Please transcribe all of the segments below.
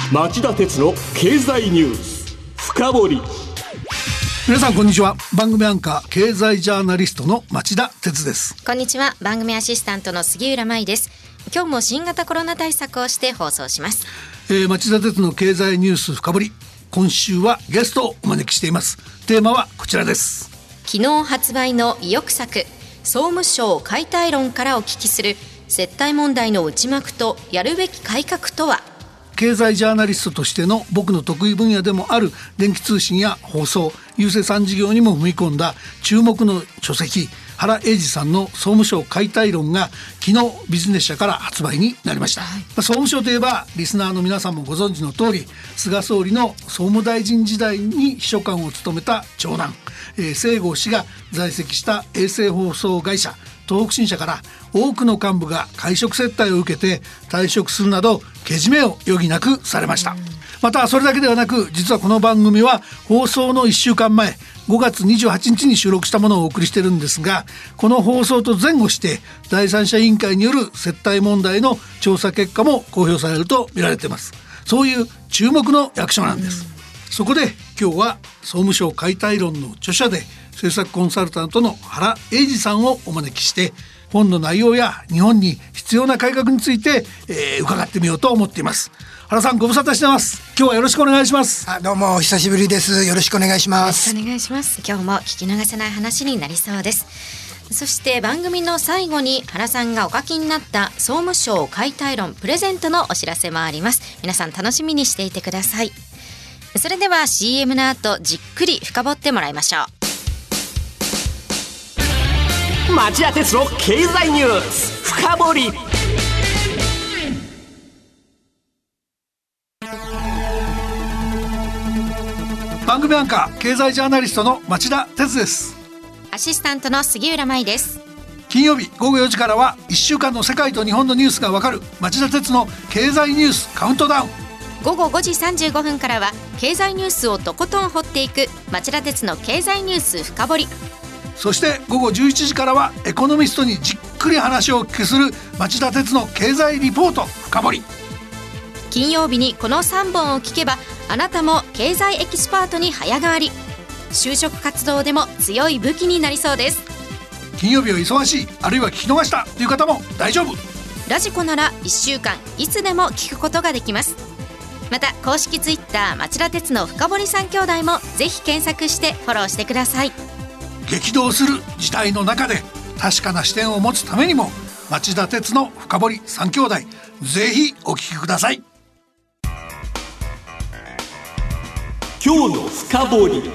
町田鉄の経済ニュース深掘り。 皆さんこんにちは。番組アンカー経済ジャーナリストの町田鉄です。 こんにちは。番組アシスタントの杉浦舞です。今日も新型コロナ対策をして放送します。 町田鉄の経済ニュース深掘り、今週はゲストをお招きしています。テーマはこちらです。 昨日発売の意欲作、総務省解体論からお聞きする接待問題の内幕とやるべき改革とは。 経済ジャーナリストとしての僕の得意分野でもある電気通信や放送、郵政産事業にも踏み込んだ注目の書籍、原英二さんの総務省解体論が昨日ビジネス社から発売になりました。総務省といえばリスナーの皆さんもご存知の通り、菅総理の総務大臣時代に秘書官を務めた長男、西郷氏が在籍した衛星放送会社東北新社から多くの幹部が会食接待を受けて退職するなどけじめを余儀なくされました。またそれだけではなく、実はこの番組は放送の1週間前5月28日に収録したものをお送りしているんですが、この放送と前後して第三者委員会による接待問題の調査結果も公表されると見られています。そういう注目の役所なんです。そこで今日は総務省解体論の著者で政策コンサルタントの原英二さんをお招きして、本の内容や日本に必要な改革について、伺ってみようと思っています。原さん、ご無沙汰してます。今日はよろしくお願いします。 どうもお久しぶりです。よろしくお願いします。 よろしくお願いします。今日も聞き逃せない話になりそうです。そして番組の最後に原さんがお書きになった総務省解体論プレゼントのお知らせもあります。皆さん楽しみにしていてください。それでは CM の後じっくり深掘ってもらいましょう。町田鉄の経済ニュース深掘り。 番組アンカー経済ジャーナリストの町田鉄です。 アシスタントの杉浦舞です。 金曜日午後4時からは1週間の世界と日本のニュースがわかる町田鉄の経済ニュースカウントダウン。 午後5時35分からは経済ニュースをとことん掘っていく町田鉄の経済ニュース深掘り。 そして午後11時からはエコノミストにじっくり話をお聞きする町田鉄の経済リポート深掘り。 金曜日にこの3本を聞けばあなたも経済エキスパートに早変わり。就職活動でも強い武器になりそうです。 金曜日は忙しい、あるいは聞き逃したという方も大丈夫。 ラジコなら1週間いつでも聞くことができます。また公式ツイッター町田鉄の深堀三兄弟もぜひ検索してフォローしてください。 激動する時代の中で確かな視点を持つためにも町田鉄の深堀三兄弟、ぜひお聞きください。 今日の深掘り。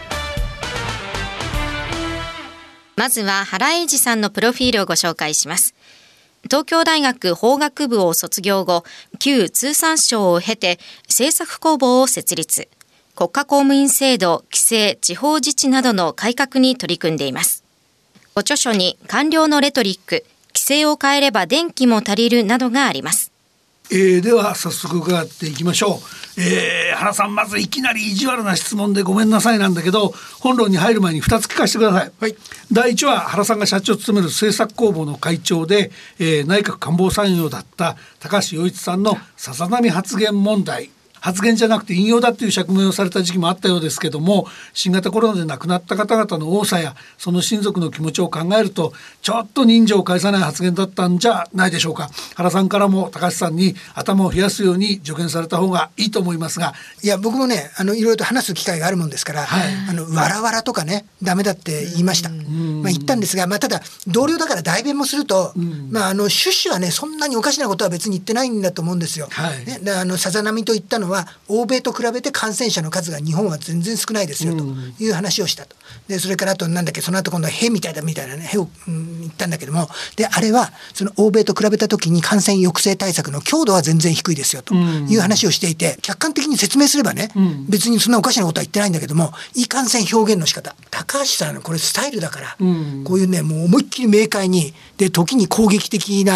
まずは原英二さんのプロフィールをご紹介します。東京大学法学部を卒業後、旧通産省を経て政策工房を設立。国家公務員制度、規制、地方自治などの改革に取り組んでいます。ご著書に官僚のレトリック、規制を変えれば電気も足りるなどがあります。 では早速伺っていきましょう。原さん、まずいきなり意地悪な質問でごめんなさいなんだけど、本論に入る前に2つ聞かせてください。はい、第1は原さんが社長を務める政策工房の会長で、内閣官房参与だった高橋洋一さんのさざ波発言問題。発言じゃなくて引用だっていう釈明をされた時期もあったようですけども、新型コロナで亡くなった方々の多さやその親族の気持ちを考えるとちょっと人情を介さない発言だったんじゃないでしょうか。原さんからも高橋さんに頭を冷やすように助言された方がいいと思いますが。 いや、僕もね、いろいろと話す機会があるもんですから、わらわらとかねダメだって言いました。言ったんですが、ただ同僚だから代弁もすると、趣旨はねそんなにおかしなことは別に言ってないんだと思うんですよ。さざ波と言ったのは欧米と比べて感染者の数が日本は全然少ないですよという話をしたと。でそれからあとなんだっけ、その後今度はへみたいなねへを言ったんだけども、であれはその欧米と比べた時に感染抑制対策の強度は全然低いですよという話をしていて、客観的に説明すればね、別にそんなおかしなことは言ってないんだけども、いかんせん表現の仕方、高橋さんのこれスタイルだから、こういうねもう思いっきり明快にで時に攻撃的な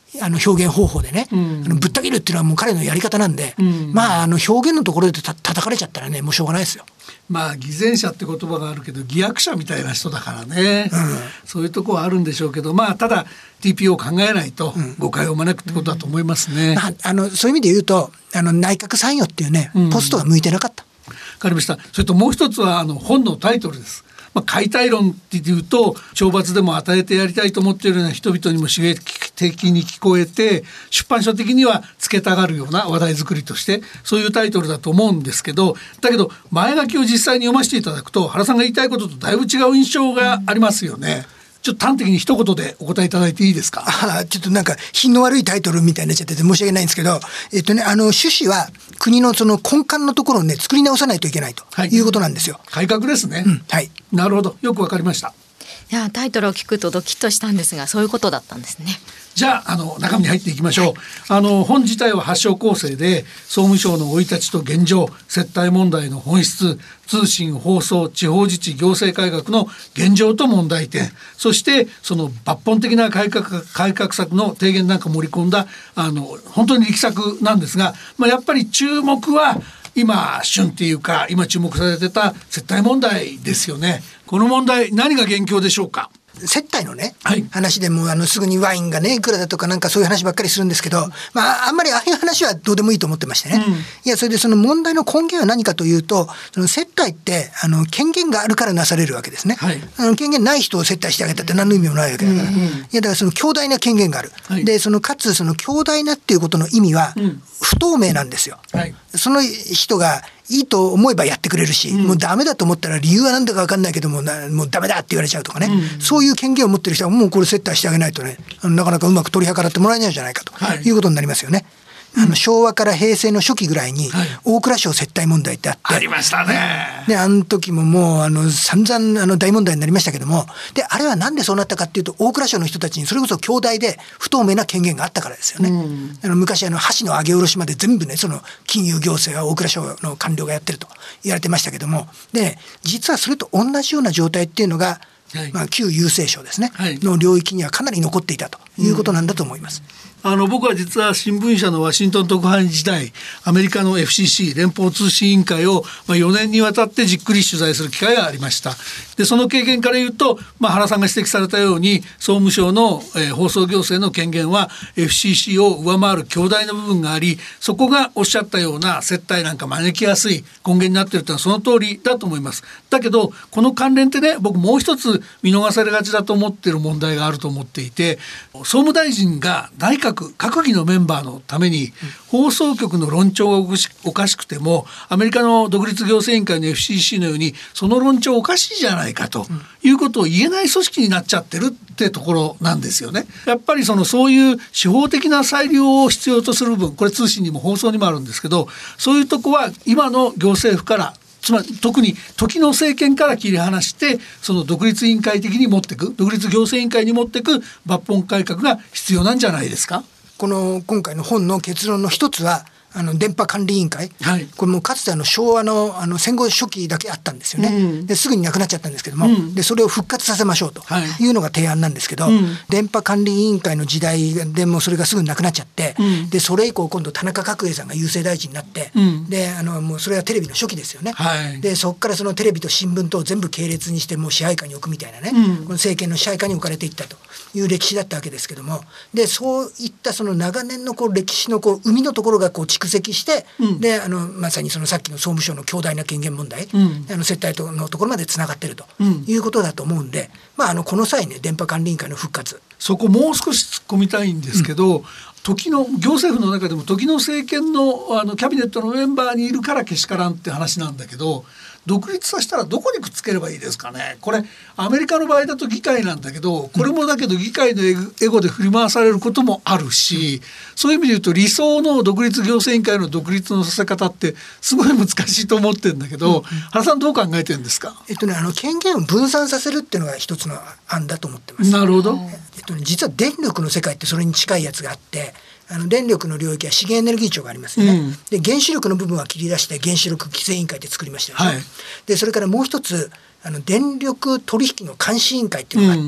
表現方法でね、ぶった切るっていうのはもう彼のやり方なんで、まあ表現のところで叩かれちゃったらねもうしょうがないですよ。 まあ偽善者って言葉があるけど偽悪者みたいな人だからね、そういうところはあるんでしょうけど、まあただ TPO を考えないと誤解を招くってことだと思いますね。 そういう意味で言うと内閣参与っていうね、ポストが向いてなかった。 わかりました。それともう一つは本のタイトルです。解体論っていうと懲罰でも与えてやりたいと思っているような人々にも刺激的に聞こえて、出版社的にはつけたがるような話題作りとしてそういうタイトルだと思うんですけど、だけど前書きを実際に読ませていただくと原さんが言いたいこととだいぶ違う印象がありますよね。ちょっと端的に一言でお答えいただいていいですか。 ちょっとなんか品の悪いタイトルみたいになっちゃってて申し訳ないんですけど、趣旨は国のその根幹のところをね作り直さないといけないということなんですよ。 改革ですね。 はい。 なるほど、よくわかりました。 いやタイトルを聞くとドキッとしたんですが、そういうことだったんですね。 じゃあ中身に入っていきましょう。本自体は8章構成で総務省の生い立ちと現状、接待問題の本質、通信放送地方自治行政改革の現状と問題点、そしてその抜本的な改革策の提言なんか盛り込んだ本当に力作なんですが、やっぱり注目は今旬っていうか今注目されてた接待問題ですよね。この問題何が元凶でしょうか。 接待のね、話でもすぐにワインがねいくらだとかなんかそういう話ばっかりするんですけど、あんまりああいう話はどうでもいいと思ってましてね、いやそれでその問題の根源は何かというと、その接待って権限があるからなされるわけですね、権限ない人を接待してあげたって何の意味もないわけだから、いやだからその強大な権限がある、でかつその強大なっていうことの意味は不透明なんですよ、その人がいいと思えばやってくれるし、もうダメだと思ったら理由は何だか分かんないけどもうダメだって言われちゃうとかね、そういう権限を持ってる人はもうこれ接待してあげないとねなかなかうまく取り計らってもらえないんじゃないかということになりますよね。昭和から平成の初期ぐらいに大蔵省接待問題ってあって、 ありましたね。 で時ももう散々大問題になりましたけども、であれはなんでそうなったかっていうと大蔵省の人たちにそれこそ強大で不透明な権限があったからですよね。昔箸の上げ下ろしまで全部ねその金融行政は大蔵省の官僚がやってると言われてましたけども、で実はそれと同じような状態っていうのが、旧郵政省ですね、の領域にはかなり残っていたということなんだと思います。 僕は実は新聞社のワシントン特派員時代アメリカの FCC 連邦通信委員会を4年にわたってじっくり取材する機会がありました。でその経験から言うと、原さんが指摘されたように総務省の、放送行政の権限は FCC を上回る強大な部分があり、そこがおっしゃったような接待なんか招きやすい根源になっているというのはその通りだと思います。だけどこの関連ってね、僕もう一つ見逃されがちだと思っている問題があると思っていて、総務大臣が内閣閣議のメンバーのために放送局の論調がおかしくてもアメリカの独立行政委員会の FCC のようにその論調おかしいじゃないかということを言えない組織になっちゃってるってところなんですよね。やっぱりそういう司法的な裁量を必要とする部分、これ通信にも放送にもあるんですけど、そういうとこは今の行政府からつまり特に時の政権から切り離してその独立委員会的に持っていく、独立行政委員会に持っていく抜本改革が必要なんじゃないですか。 今回の本の結論の一つは電波管理委員会、これもかつて昭和の戦後初期だけあったんですよね、ですぐになくなっちゃったんですけども、でそれを復活させましょうというのが提案なんですけど、電波管理委員会の時代でもそれがすぐになくなっちゃって、でそれ以降今度田中角栄さんが郵政大臣になって、でもうそれはテレビの初期ですよね、でそこからそのテレビと新聞と全部系列にしてもう支配下に置くみたいなね、この政権の支配下に置かれていったという歴史だったわけですけども、でそういったその長年の歴史の生みのところが蓄積して、でまさにそのさっきの総務省の強大な権限問題、接待のところまでつながっているということだと思うんで、この際ね電波管理委員会の復活、 そこもう少し突っ込みたいんですけど、時の行政府の中でも時の政権のキャビネットのメンバーにいるからけしからんって話なんだけど、独立させたらどこにくっつければいいですかね。これアメリカの場合だと議会なんだけど、これもだけど議会のエゴで振り回されることもあるし、そういう意味で言うと理想の独立行政委員会の独立のさせ方ってすごい難しいと思ってるんだけど、原さんどう考えてるんですか。 権限を分散させるっていうのが一つの案だと思ってます。 なるほど。 実は電力の世界ってそれに近いやつがあって、電力の領域は資源エネルギー庁がありますよね、で原子力の部分は切り出して原子力規制委員会で作りましたよね、でそれからもう一つ電力取引の監視委員会っていうのがあって、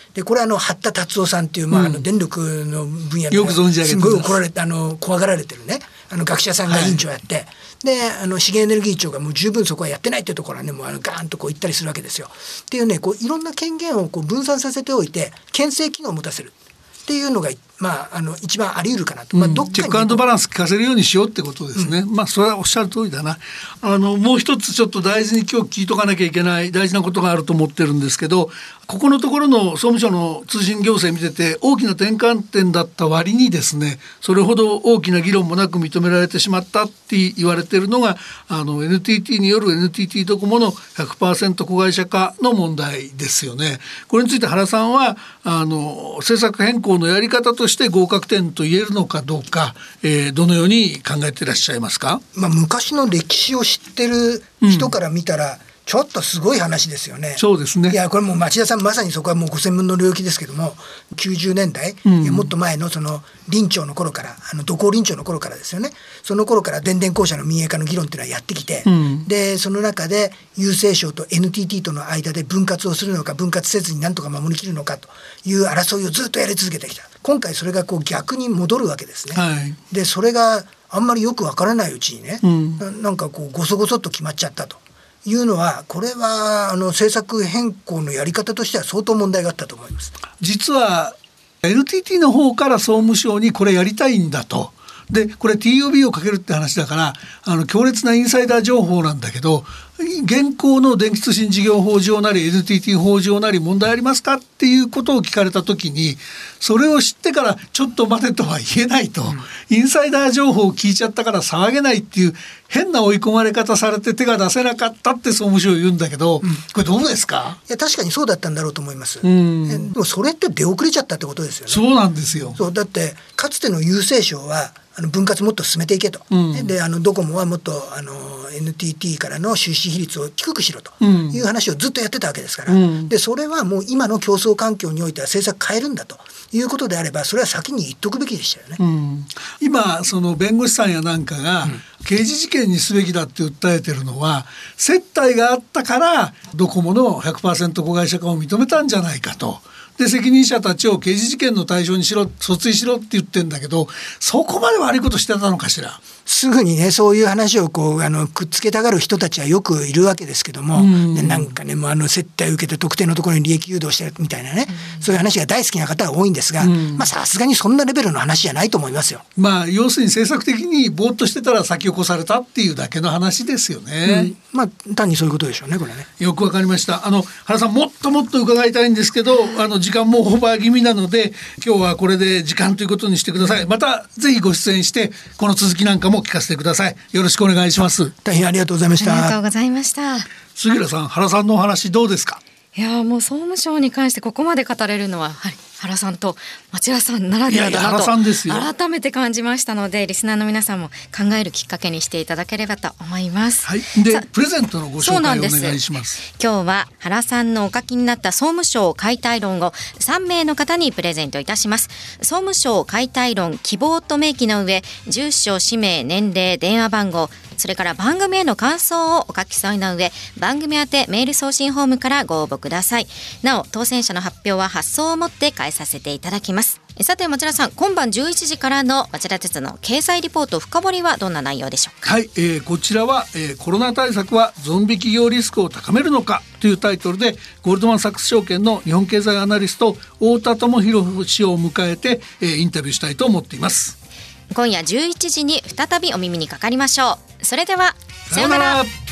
でこれ八田達夫さんっていう、電力の分野でよく存じ上げてます。 すごい怖がられてるね学者さんが委員長やって、で資源エネルギー庁がもう十分そこはやってないっていうところはねもうガーンと言ったりするわけですよ。っていうねいろんな権限を分散させておいて牽制機能を持たせるっていうのが一番あり得るかなと、どっかにチェックアンドバランス効かせるようにしようってことですね。それはおっしゃる通りだな。もう一つちょっと大事に今日聞いとかなきゃいけない大事なことがあると思ってるんですけど、ここのところの総務省の通信行政見てて大きな転換点だった割にですね、それほど大きな議論もなく認められてしまったって言われているのがNTT による NTT ドコモの 100% 子会社化の問題ですよね。これについて原さんは政策変更のやり方として合格点と言えるのかどうか、どのように考えていらっしゃいますか。 昔の歴史を知ってる人から見たら、ちょっとすごい話ですよね。 そうですね。 いやこれもう町田さんまさにそこはもうご専門の領域ですけども、90年代、もっと前のその林長の頃から土工林長の頃からですよね。その頃から電電公社の民営化の議論っていうのはやってきて、でその中で郵政省と NTT との間で分割をするのか分割せずになんとか守りきるのかという争いをずっとやり続けてきた。今回それが逆に戻るわけですね。でそれがあんまりよくわからないうちにね、なんかごそごそっと決まっちゃったというのは、これは政策変更のやり方としては相当問題があったと思います。 実は NTT の方から総務省にこれやりたいんだと。でこれ TOB をかけるって話だから強烈なインサイダー情報なんだけど、現行の電気通信事業法上なり NTT 法上なり問題ありますかっていうことを聞かれた時に、それを知ってからちょっと待てとは言えないと、インサイダー情報を聞いちゃったから騒げないっていう変な追い込まれ方されて手が出せなかったって総務省言うんだけど、これどうですか。 いや確かにそうだったんだろうと思います。でもそれって出遅れちゃったってことですよね。 そうなんですよ。 だってかつての郵政省は分割もっと進めていけと、でドコモはもっとNTT からの出資比率を低くしろという話をずっとやってたわけですから、でそれはもう今の競争環境においては政策変えるんだということであれば、それは先に言っとくべきでしたよね。 今その弁護士さんやなんかが刑事事件にすべきだって訴えてるのは、接待があったからドコモの 100% 子会社化を認めたんじゃないかと。で責任者たちを刑事事件の対象にしろ、訴追しろって言ってんだけど、そこまで悪いことしてたのかしら。 すぐにねそういう話をくっつけたがる人たちはよくいるわけですけども、でなんかねもう接待を受けて特定のところに利益誘導してるみたいなね、そういう話が大好きな方が多いんですが、さすがにそんなレベルの話じゃないと思いますよ。 要するに政策的にぼーっとしてたら先を越されたっていうだけの話ですよね。 単にそういうことでしょうねこれね。 よくわかりました。原さんもっともっと伺いたいんですけど時間もオーバー気味なので今日はこれで時間ということにしてください。またぜひご出演してこの続きなんかも聞かせてください。よろしくお願いします。 大変ありがとうございました。 ありがとうございました。 杉浦さん、原さんのお話どうですか。 いやもう総務省に関してここまで語れるのは、原さんと町田さんならではだなと改めて感じましたので、リスナーの皆さんも考えるきっかけにしていただければと思います。 でプレゼントのご紹介をお願いします。 今日は原さんのお書きになった総務省解体論を3名の方にプレゼントいたします。総務省解体論希望と明記の上、住所、氏名、年齢、電話番号、それから番組への感想をお書き添えの上、番組宛てメール送信フォームからご応募ください。なお当選者の発表は発送をもって返させていただきます。さて町田さん、今晩11時からの町田鉄の経済リポート深掘りはどんな内容でしょうか。 こちらは、コロナ対策はゾンビ企業リスクを高めるのかというタイトルで、ゴールドマンサックス証券の日本経済アナリスト太田智博氏を迎えて、インタビューしたいと思っています。 今夜11時に再びお耳にかかりましょう。それではさようなら。